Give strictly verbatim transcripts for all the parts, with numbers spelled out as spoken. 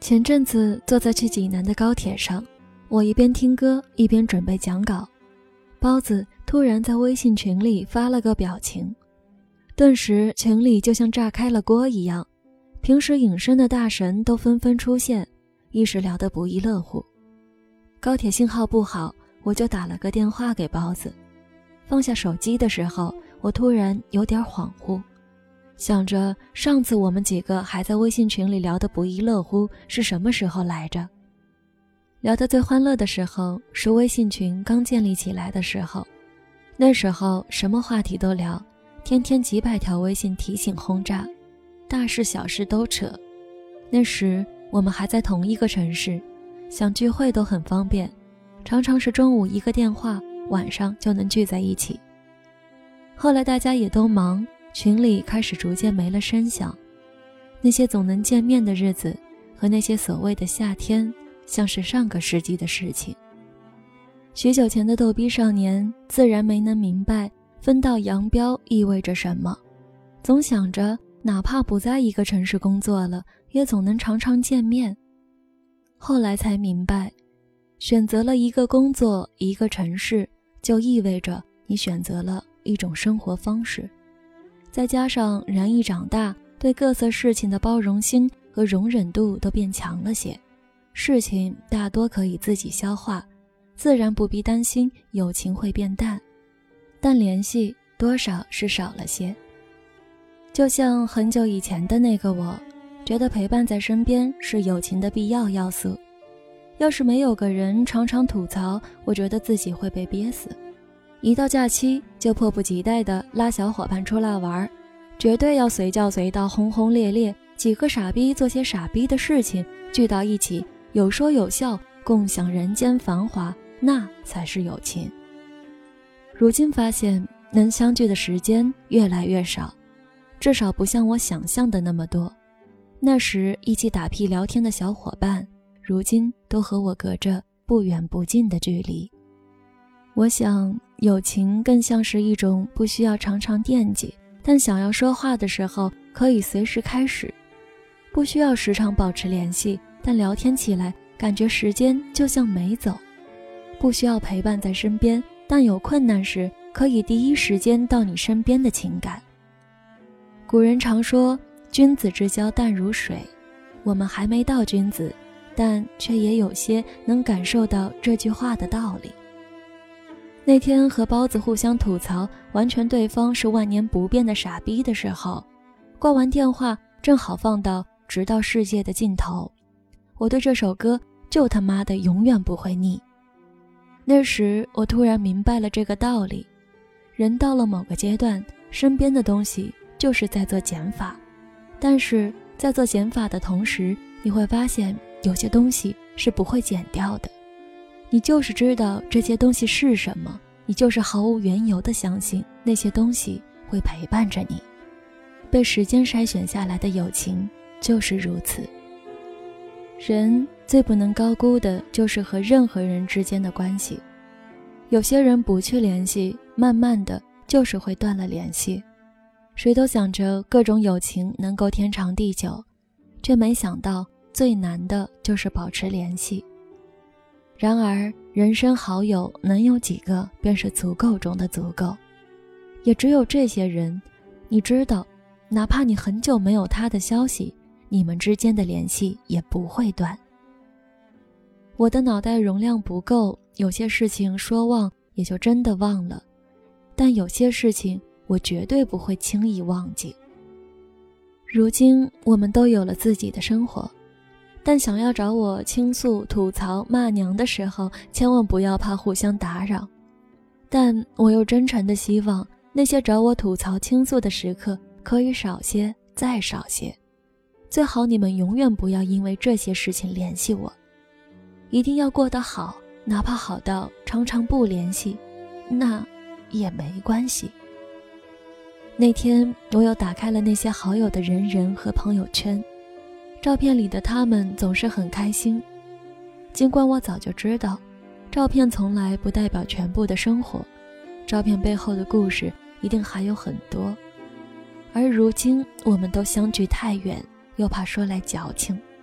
前阵子坐在去济南的高铁上，我一边听歌一边准备讲稿，包子突然在微信群里发了个表情，顿时群里就像炸开了锅一样，平时隐身的大神都纷纷出现，一时聊得不亦乐乎。高铁信号不好，我就打了个电话给包子。放下手机的时候，我突然有点恍惚，想着上次我们几个还在微信群里聊得不亦乐乎是什么时候来着？聊得最欢乐的时候是微信群刚建立起来的时候，那时候什么话题都聊，天天几百条微信提醒轰炸，大事小事都扯。那时我们还在同一个城市，想聚会都很方便，常常是中午一个电话，晚上就能聚在一起。后来大家也都忙，群里开始逐渐没了声响，那些总能见面的日子和那些所谓的夏天，像是上个世纪的事情。许久前的逗逼少年自然没能明白分道扬镳意味着什么，总想着哪怕不在一个城市工作了，也总能常常见面。后来才明白，选择了一个工作一个城市，就意味着你选择了一种生活方式。再加上人一长大，对各色事情的包容心和容忍度都变强了些，事情大多可以自己消化，自然不必担心友情会变淡，但联系多少是少了些。就像很久以前的那个我，觉得陪伴在身边是友情的必要要素，要是没有个人常常吐槽，我觉得自己会被憋死。一到假期就迫不及待地拉小伙伴出来玩，绝对要随叫随到，轰轰烈烈，几个傻逼做些傻逼的事情，聚到一起有说有笑，共享人间繁华，那才是友情。如今发现能相聚的时间越来越少，至少不像我想象的那么多。那时一起打屁聊天的小伙伴，如今都和我隔着不远不近的距离。我想友情更像是一种不需要常常惦记，但想要说话的时候可以随时开始，不需要时常保持联系，但聊天起来感觉时间就像没走，不需要陪伴在身边，但有困难时可以第一时间到你身边的情感。古人常说君子之交淡如水，我们还没到君子，但却也有些能感受到这句话的道理。那天和包子互相吐槽完全对方是万年不变的傻逼的时候，挂完电话正好放到直到世界的尽头，我对这首歌就他妈的永远不会腻。那时我突然明白了这个道理，人到了某个阶段，身边的东西就是在做减法，但是在做减法的同时，你会发现有些东西是不会减掉的。你就是知道这些东西是什么，你就是毫无缘由地相信那些东西会陪伴着你。被时间筛选下来的友情就是如此。人最不能高估的就是和任何人之间的关系，有些人不去联系，慢慢的就是会断了联系。谁都想着各种友情能够天长地久，却没想到最难的就是保持联系。然而人生好友能有几个，便是足够中的足够，也只有这些人，你知道哪怕你很久没有他的消息，你们之间的联系也不会断。我的脑袋容量不够，有些事情说忘也就真的忘了，但有些事情我绝对不会轻易忘记。如今我们都有了自己的生活，但想要找我倾诉、吐槽、骂娘的时候，千万不要怕互相打扰。但我又真诚地希望那些找我吐槽倾诉的时刻可以少些，再少些。最好你们永远不要因为这些事情联系我，一定要过得好，哪怕好到常常不联系，那也没关系。那天我又打开了那些好友的人人和朋友圈，照片里的他们总是很开心。尽管我早就知道，照片从来不代表全部的生活，照片背后的故事一定还有很多。而如今我们都相距太远，又怕说来矫情，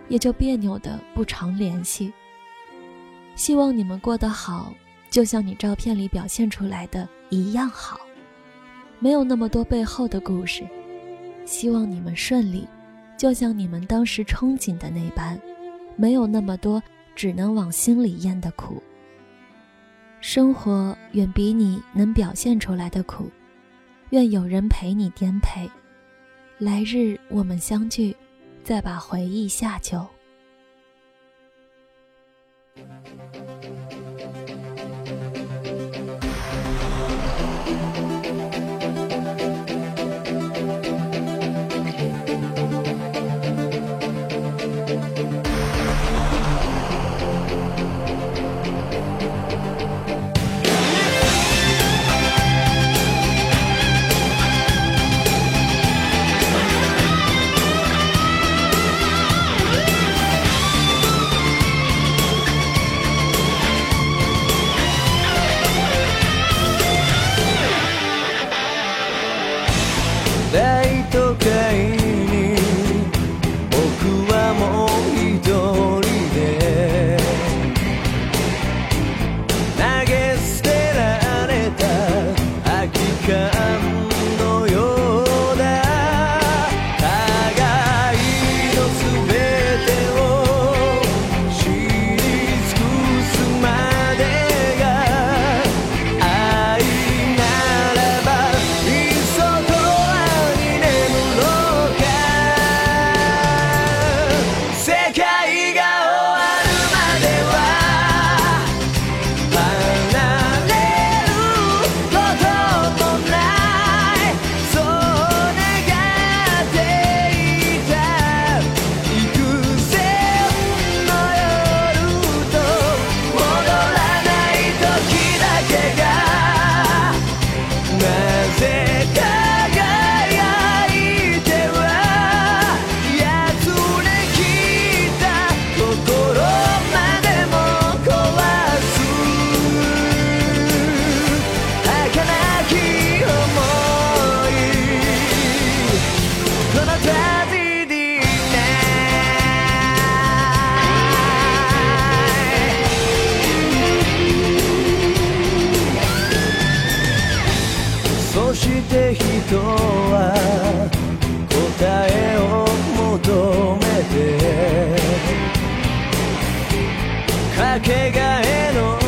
也就别扭的不常联系。希望你们过得好，就像你照片里表现出来的一样好，没有那么多背后的故事。希望你们顺利，就像你们当时憧憬的那般，没有那么多只能往心里咽的苦。生活远比你能表现出来的苦，愿有人陪你颠沛。来日我们相聚，再把回忆下酒。 大都会に僕はもう一人で投げ捨てられた空き缶のようだ。互いの全てを知り尽くすまでが愛ならば、いっそとそして人は答えを求めてかけがえの